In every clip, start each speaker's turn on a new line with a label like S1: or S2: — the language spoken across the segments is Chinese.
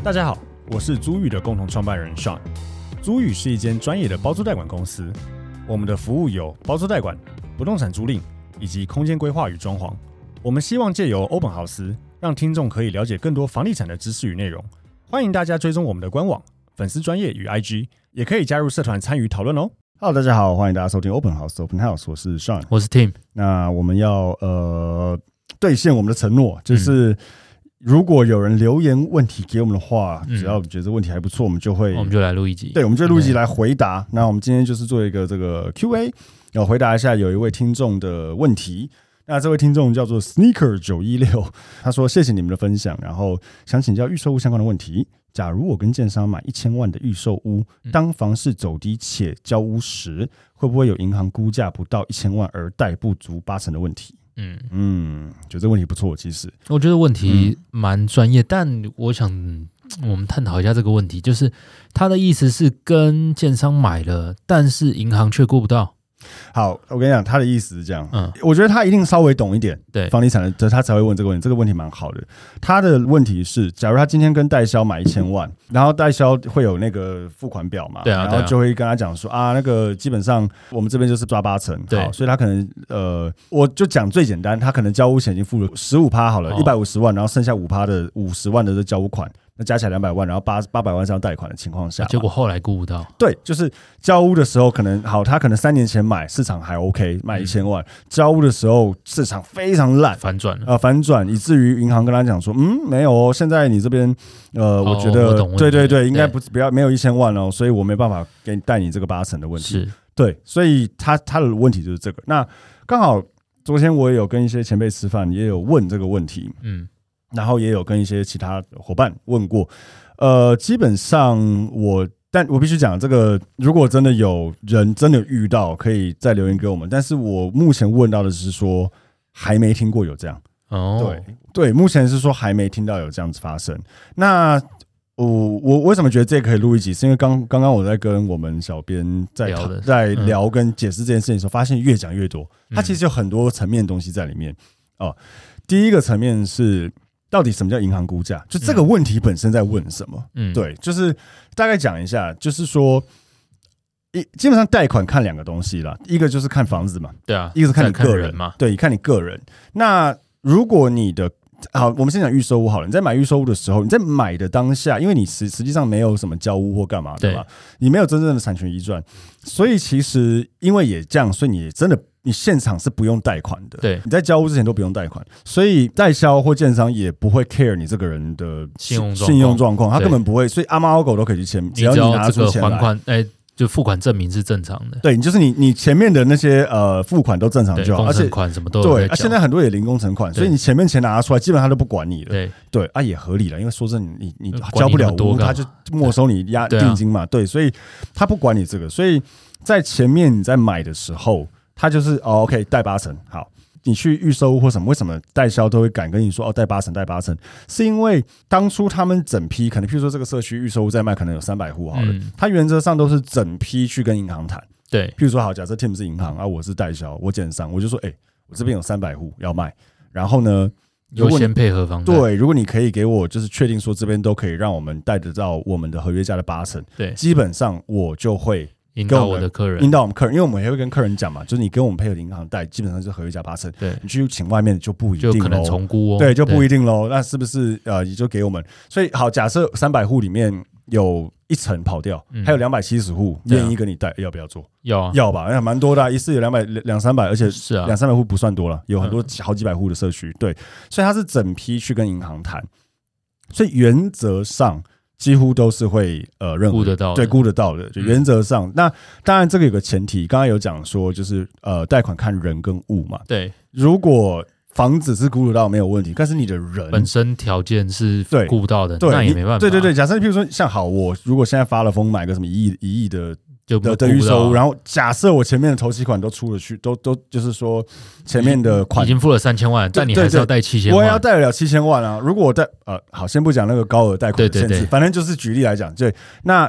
S1: 大家好，我是租宇的共同创办人 Sean。租宇是一间专业的包租代管公司，我们的服务有包租代管、不动产租赁以及空间规划与装潢。我们希望借由欧本豪斯，让听众可以了解更多房地产的知识与内容。欢迎大家追踪我们的官网、粉丝专页与 IG， 也可以加入社团参与讨论哦。Hello， 大家好，欢迎大家收听 Open House， 我是 Sean，
S2: 我是 Tim。
S1: 那我们要兑现我们的承诺，就是如果有人留言问题给我们的话，只要觉得问题还不错，我们就
S2: 来录一集。
S1: 对，我们就录一集来回答。那我们今天就是做一个这个 Q&A， 要回答一下有一位听众的问题。那这位听众叫做 Sneaker916， 他说谢谢你们的分享，然后想请教预售屋相关的问题。假如我跟建商买1000万的预售屋，当房市走低且交屋时，会不会有银行估价不到1000万而贷不足80%的问题？觉得这问题不错。其实
S2: 我觉得问题蛮专业，但我想我们探讨一下这个问题，就是他的意思是跟建商买了，但是银行却估不到。
S1: 好，我跟你讲，他的意思是这样。我觉得他一定稍微懂一点房地产的，他才会问这个问题。这个问题蛮好的。他的问题是，假如他今天跟代销买1000万，然后代销会有那个付款表嘛，然后就会跟他讲说那个基本上我们这边就是抓80%，好，所以他可能我就讲最简单，他可能交屋钱已经付了15%好了，150万，然后剩下5%的50万的这交屋款。那加起来200万，然后800万是要贷款的情况下，
S2: 结果后来估不到。
S1: 对，就是交屋的时候可能好，他可能3年前买市场还 OK， 卖1000万，交屋的时候市场非常烂，
S2: 反转，
S1: 以至于银行跟他讲说，没有哦，现在你这边我觉得对，应该不要没有1000万哦，所以我没办法给你贷你这个80%的问题。
S2: 是，
S1: 对，所以他的问题就是这个。那刚好昨天我也有跟一些前辈吃饭，也有问这个问题，然后也有跟一些其他伙伴问过，基本上但我必须讲，这个如果真的有人真的遇到，可以再留言给我们。但是我目前问到的是说，还没听过有这样。对，目前是说还没听到有这样子发生。那我为什么觉得这个可以录一集？是因为刚刚我在跟我们小编在聊跟解释这件事情的时候，发现越讲越多，它其实有很多层面的东西在里面。第一个层面是，到底什么叫银行估价？就这个问题本身在问什么？对，就是大概讲一下，就是说，基本上贷款看2个东西啦，一个就是看房子嘛，对啊，一个是看你个人嘛，对，看你个人。那如果你的好，我们先讲预售屋好了。你在买预售屋的时候，你在买的当下，因为你实际上没有什么交屋或干嘛，对吧？你没有真正的产权移转，所以其实因为也这样，所以你现场是不用贷款的，对，你在交屋之前都不用贷款，所以代销或建商也不会 care 你这个人的信用状况，他根本不会，所以阿猫阿狗都可以去签，只要你拿出钱来，就付款证明是正常的，对，就是你前面的那些付款都正常就好，
S2: 工程款什么都有
S1: 对，现在很多也零工程款，所以你前面钱拿出来，基本上他都不管你了，对也合理了，因为说真的，你交不了屋，他就没收你定金嘛，对，所以他不管你这个，所以在前面你在买的时候。他就是OK 贷80%，好，你去预售屋或什么，为什么代销都会敢跟你说贷80%？是因为当初他们整批可能，譬如说这个社区预售屋在卖，可能有300户好了，他原则上都是整批去跟银行谈，对，譬如说好，假设 Tim 是银行我是代销，我建商，我就说我这边有300户要卖，然后呢，
S2: 优先配合房贷，
S1: 对，如果你可以给我就是确定说这边都可以让我们贷得到我们的合约价的80%，对，基本上我就会。
S2: 引导我们客人，
S1: 因为我们也会跟客人讲嘛，就是你跟我们配合的银行贷，基本上就是合约价80%。对，你去请外面就不一定咯，
S2: 就可能重估
S1: 对，就不一定咯。那是不是你就给我们？所以好，假设300户里面有1层跑掉，还有270户愿意跟你贷，要不要做？要吧，蛮多的，一次有200-300，而且200-300户不算多了，有很多好几百户的社区。对，所以他是整批去跟银行谈，所以原则上。几乎都是会估得到的，对，估得到的。就原则上，那当然这个有个前提，刚刚有讲说，就是贷款看人跟物嘛。对，如果房子是估得到没有问题，但是你的人
S2: 本身条件是估不到的，那也没办法。
S1: 对，假设譬如说像好，我如果现在发了疯买个什么1亿的。的预售，然后假设我前面的头期款都出了去，都就是说前面的款
S2: 已经付了3000万，但你还是要贷7000万，
S1: 我也要贷得了7000万啊。如果我贷好，先不讲那个高额贷款的限制，反正就是举例来讲，对，那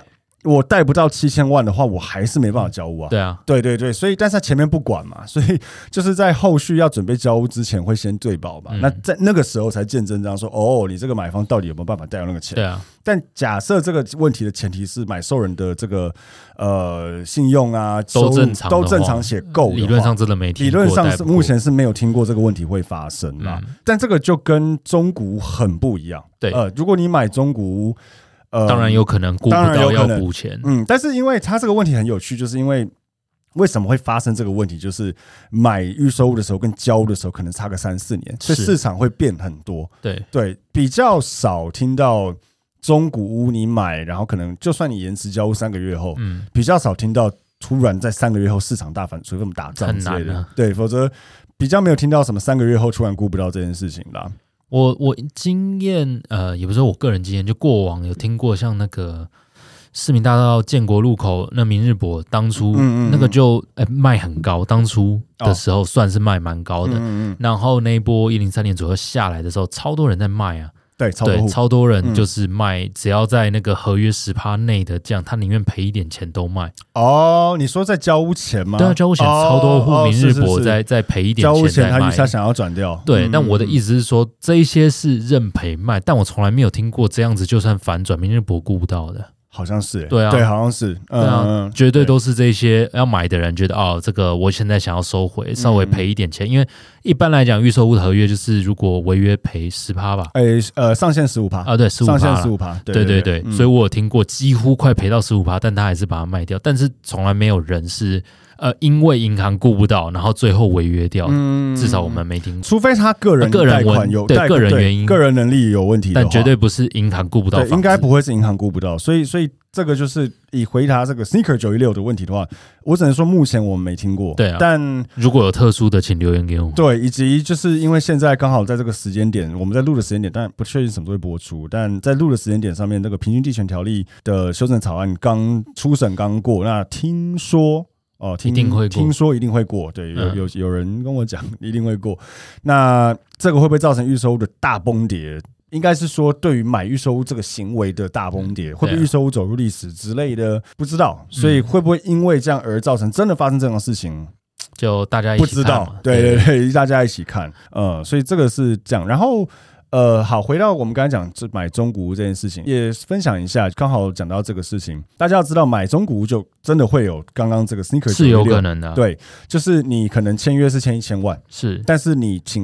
S1: 我贷不到7000万的话，我还是没办法交屋啊。
S2: 对啊，
S1: 对对对，所以但是他前面不管嘛，所以就是在后续要准备交屋之前会先对保嘛。那在那个时候才见真章说，哦，你这个买方到底有没有办法贷到那个钱？
S2: 对啊。
S1: 但假设这个问题的前提是买受人的这个信用啊
S2: 都正常
S1: 都正常写够，
S2: 理论上真的没听过，
S1: 理论上是目前是没有听过这个问题会发生啦。但这个就跟中古屋很不一样。
S2: 对，
S1: 如果你买中古屋。
S2: 当然有可能估不到要补钱，
S1: 但是因为它这个问题很有趣，就是因为为什么会发生这个问题，就是买预售屋的时候跟交屋的时候可能差个3-4年，所以市场会变很多。对，比较少听到中古屋你买，然后可能就算你延迟交屋3个月后，比较少听到突然在3个月后市场大反，除非我们打仗之类的，对，否则比较没有听到什么3个月后突然估不到这件事情啦。
S2: 我经验也不是说我个人经验，就过往有听过像那个市民大道建国路口那明日博当初那个就卖很高，当初的时候算是卖蛮高的，然后那一波103年左右下来的时候，超多人在卖啊。对，超多人就是卖，只要在那个合约10%内的这样，他宁愿赔一点钱都卖。
S1: 哦，你说在交屋前吗？
S2: 对啊，交屋前超多户明日博在赔一点钱
S1: 交屋前
S2: 在卖，
S1: 他想要转掉。
S2: 对，但我的意思是说，这一些是认赔卖，但我从来没有听过这样子就算反转，明日博顾不到的。
S1: 好像是，
S2: 对啊，
S1: 对，好像是，
S2: 对啊，绝对都是这些要买的人觉得这个我现在想要收回，稍微赔一点钱，因为一般来讲预售屋的合约就是如果违约赔10%吧，
S1: 上限15%
S2: 啊，对，15%，
S1: 上限15%，
S2: 对，所以我有听过几乎快赔到15%，但他还是把它卖掉，但是从来没有人是因为银行顾不到，然后最后违约掉，至少我们没听过，
S1: 除非他个人贷款有
S2: 对个人原因、
S1: 个人能力有问题的话，
S2: 但绝对不是银行顾不到房子，
S1: 应该不会是银行顾不到，所以这个就是以回答这个 Sneaker 916的问题的话，我只能说目前我们没听过，
S2: 对啊，
S1: 但
S2: 如果有特殊的，请留言给我们。
S1: 对，以及就是因为现在刚好在这个时间点，我们在录的时间点，但不确定什么时候会播出，但在录的时间点上面，那个平均地权条例的修正草案刚初审刚过，那听说。
S2: 一定会过，
S1: 听说一定会过，对，有人跟我讲一定会过。那这个会不会造成预售屋的大崩跌？应该是说，对于买预售屋这个行为的大崩跌，会不会预售屋走入历史之类的，不知道。所以会不会因为这样而造成真的发生这样的事情？
S2: 就大家一起看，不知道，
S1: 对，大家一起看，所以这个是这样。然后。好，回到我们刚才讲买中古屋这件事情，也分享一下，刚好讲到这个事情，大家要知道买中古屋就真的会有刚刚这个 Sneaker
S2: 是有可能的，
S1: 对，就是你可能签约是签1000万，
S2: 是，
S1: 但是你请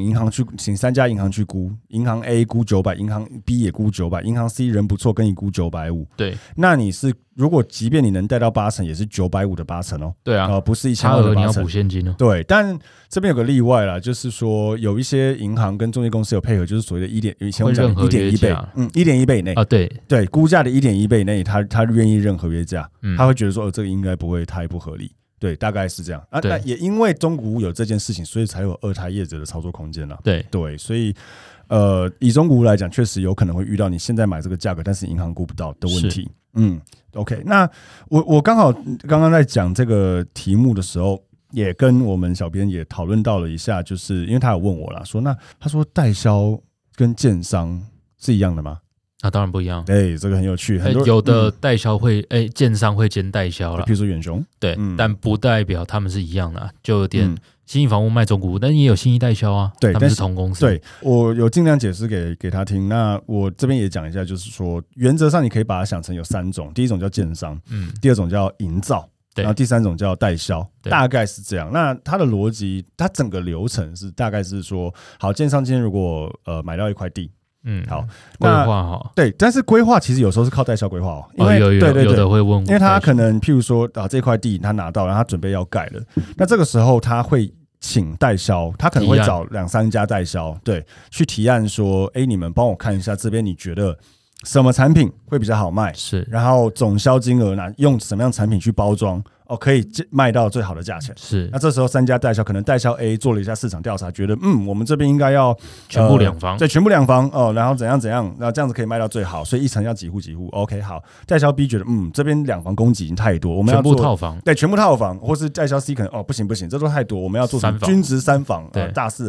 S1: 3家银行去估，银行 A 估900，银行 B 也估900，银行 C 人不错，跟你估950，
S2: 对，
S1: 那你是如果即便你能贷到80%，也是950的80%哦，
S2: 对啊，
S1: 不是1000万的80%，
S2: 你要补现金哦，
S1: 对，但这边有个例外啦，就是说有一些银行跟中介公司有配合，就是所谓的以前我们讲1.1倍，1.1倍以内
S2: 啊，
S1: 对，估价的1.1倍以内，他愿意认合约价，他会觉得说这个应该不会太不合理，对，大概是这样啊。那也因为中古屋有这件事情，所以才有二胎业者的操作空间啦。对，所以以中古屋来讲，确实有可能会遇到你现在买这个价格，但是银行估不到的问题。OK， 那我刚刚在讲这个题目的时候。也跟我们小编也讨论到了一下，就是因为他有问我啦，说那他说代销跟建商是一样的吗？
S2: 当然不一样。
S1: 对，这个很有趣，很多
S2: 有的代销会建商会兼代销啦，
S1: 比如说远雄，
S2: 对，但不代表他们是一样的，就有点新义房屋卖中古屋，但也有新义代销啊，对，他们是同公司。对，
S1: 我有尽量解释给他听。那我这边也讲一下，就是说原则上你可以把它想成有3种，第一种叫建商，第二种叫营造。然后第3种叫代销，大概是这样。那它的逻辑，它整个流程是大概是说，好，建商今天如果买到一块地，好，
S2: 规划好，
S1: 对，但是规划其实有时候是靠代销规划哦，因为
S2: 有的会问，
S1: 因为他可能譬如说这块地他拿到，然后他准备要盖了，那这个时候他会请代销，他可能会找2-3家代销，对，去提案说，你们帮我看一下这边，你觉得什么产品会比较好卖？是，然后总销金额用什么样产品去包装？可以卖到最好的价钱。是，那这时候3家代销，可能代销 A 做了一下市场调查，觉得我们这边应该要
S2: 全部2房，
S1: 对，全部2房然后怎样，那这样子可以卖到最好，所以一层要几户。OK， 好，代销 B 觉得这边2房供给已经太多，我们要做
S2: 全部套房，
S1: 对，全部套房，或是代销 C 可能不行，这都太多，我们要做均值3房大4房。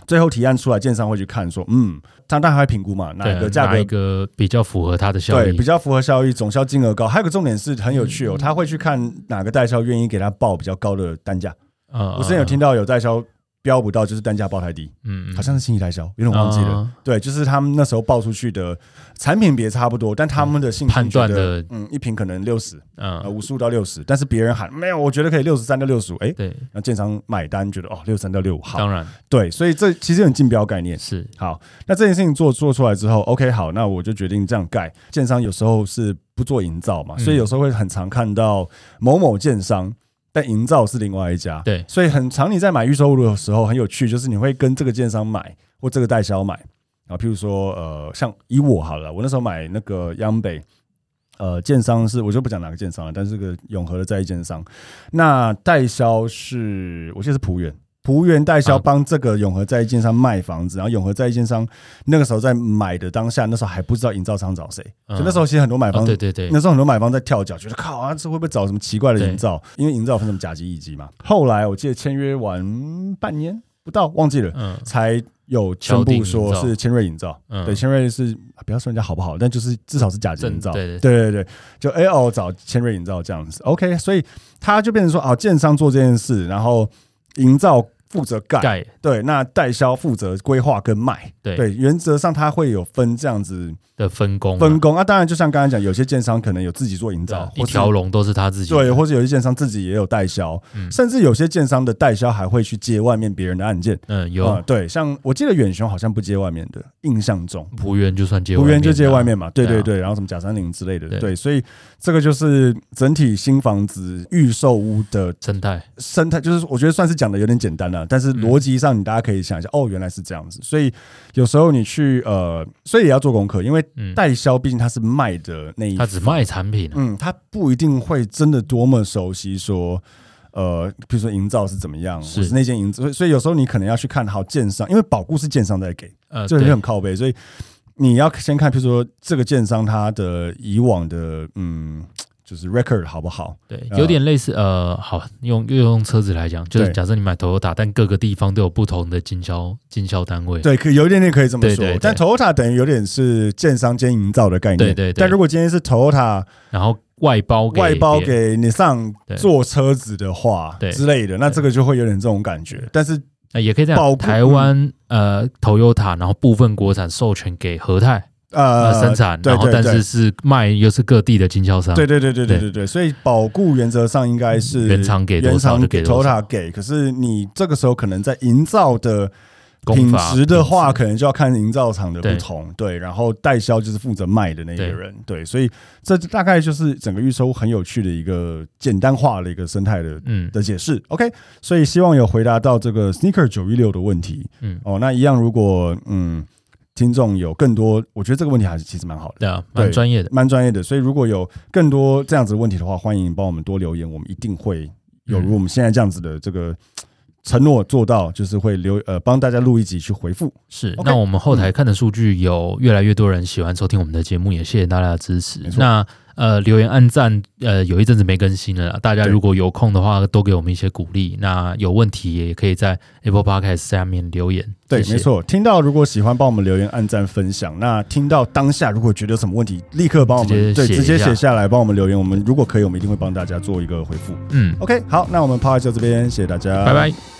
S1: 最后提案出来，建商会去看说，他大概会评估嘛，哪一个价格，
S2: 哪一个比较符合他的效益，
S1: 对，比较符合效益，总销金额高。还有个重点是很有趣哦，他会去看哪个代销愿意给他报比较高的单价。我之前有听到有代销标不到，就是单价报太低，好像是信义代销，有点忘记了。对，就是他们那时候报出去的产品别差不多，但他们的信
S2: 判断的，
S1: 一瓶可能60，55到60，但是别人喊没有，我觉得可以63到65，对，然后建商买单觉得63到65，好，
S2: 当然，
S1: 对，所以这其实很竞标概念
S2: 是
S1: 好。那这件事情做出来之后 ，OK， 好，那我就决定这样盖。建商有时候是不做营造嘛，所以有时候会很常看到某某建商。但营造是另外一家，
S2: 对，
S1: 所以很常你在买预售屋的时候很有趣，就是你会跟这个建商买或这个代销买啊，譬如说像以我好了，我那时候买那个央北，建商是我就不讲哪个建商了，但是个永和的在地建商，那代销是我记得是璞园代销帮这个永和在地建商卖房子，然后永和在地建商那个时候在买的当下，那时候还不知道营造厂找谁，所以那时候其实很多买方，
S2: 对，
S1: 那时候很多买方在跳脚，觉得靠啊，这会不会找什么奇怪的营造？因为营造分什么甲级乙级嘛。后来我记得签约完半年不到，忘记了，才有宣布说是千瑞营造，对，千瑞是不要说人家好不好，但就是至少是甲级营造，对，就找千瑞营造这样子 ，OK， 所以他就变成说建商做这件事，然后营造负责盖，对，那代销负责规划跟卖，对，原则上它会有分这样子
S2: 的分工
S1: 啊。当然，就像刚才讲，有些建商可能有自己做营造，
S2: 一条龙都是他自己，
S1: 对，或者有些建商自己也有代销，甚至有些建商的代销还会去接外面别人的案件，
S2: 有，
S1: 对，像我记得远雄好像不接外面的，印象中
S2: 璞园就算接，
S1: 璞园就接外面嘛，对，然后什么甲山林之类的，对，所以这个就是整体新房子预售屋的生态，就是我觉得算是讲的有点简单了。但是逻辑上，你大家可以想一下，原来是这样子。所以有时候你去所以也要做功课，因为代销毕竟他是卖的那一，
S2: 他只卖产品，
S1: 他不一定会真的多么熟悉说，比如说营造是怎么样，或是那间营造，所以有时候你可能要去看好建商，因为保固是建商在给，这个很靠背，所以你要先看，比如说这个建商他的以往的就是 record 好不好？
S2: 对，有点类似好用车子来讲，就是假设你买 Toyota， 但各个地方都有不同的经销单位，
S1: 对，有一点点可以这么说。对，但 Toyota 等于有点是建商兼营造的概念，对。但如果今天是 Toyota，
S2: 然后外包
S1: 给你上做车子的话之类的，那这个就会有点这种感觉。但是
S2: 也可以这样，台湾Toyota， 然后部分国产授权给和泰。生产，然后但是卖又是各地的经销商，
S1: 对，所以保固原则上应该是
S2: 原厂给多少就给多少，
S1: 可是你这个时候可能在营造的品质的话，可能就要看营造厂的不同，对，然后代销就是负责卖的那个人，对，所以这大概就是整个预售很有趣的一个简单化的一个生态的解释 ，OK， 所以希望有回答到这个 Sneaker 916的问题，那一样如果听众有更多，我觉得这个问题还是其实蛮好的，
S2: 对啊，蛮专业的。所以如果有更多这样子的问题的话，欢迎帮我们多留言，我们一定会有如我们现在这样子的这个承诺做到，就是会帮大家录一集去回复。是，那我们后台看的数据有越来越多人喜欢收听我们的节目，也谢谢大家的支持。那留言按赞有一阵子没更新了啦，大家如果有空的话多给我们一些鼓励，那有问题也可以在 Apple Podcast 下面留言。
S1: 对，
S2: 谢谢。
S1: 没错，听到如果喜欢帮我们留言按赞分享，那听到当下如果觉得有什么问题立刻帮我们直接写下来帮我们留言，我们如果可以我们一定会帮大家做一个回复。OK， 好，那我们 Podcast 就这边，谢谢大家，
S2: 拜拜。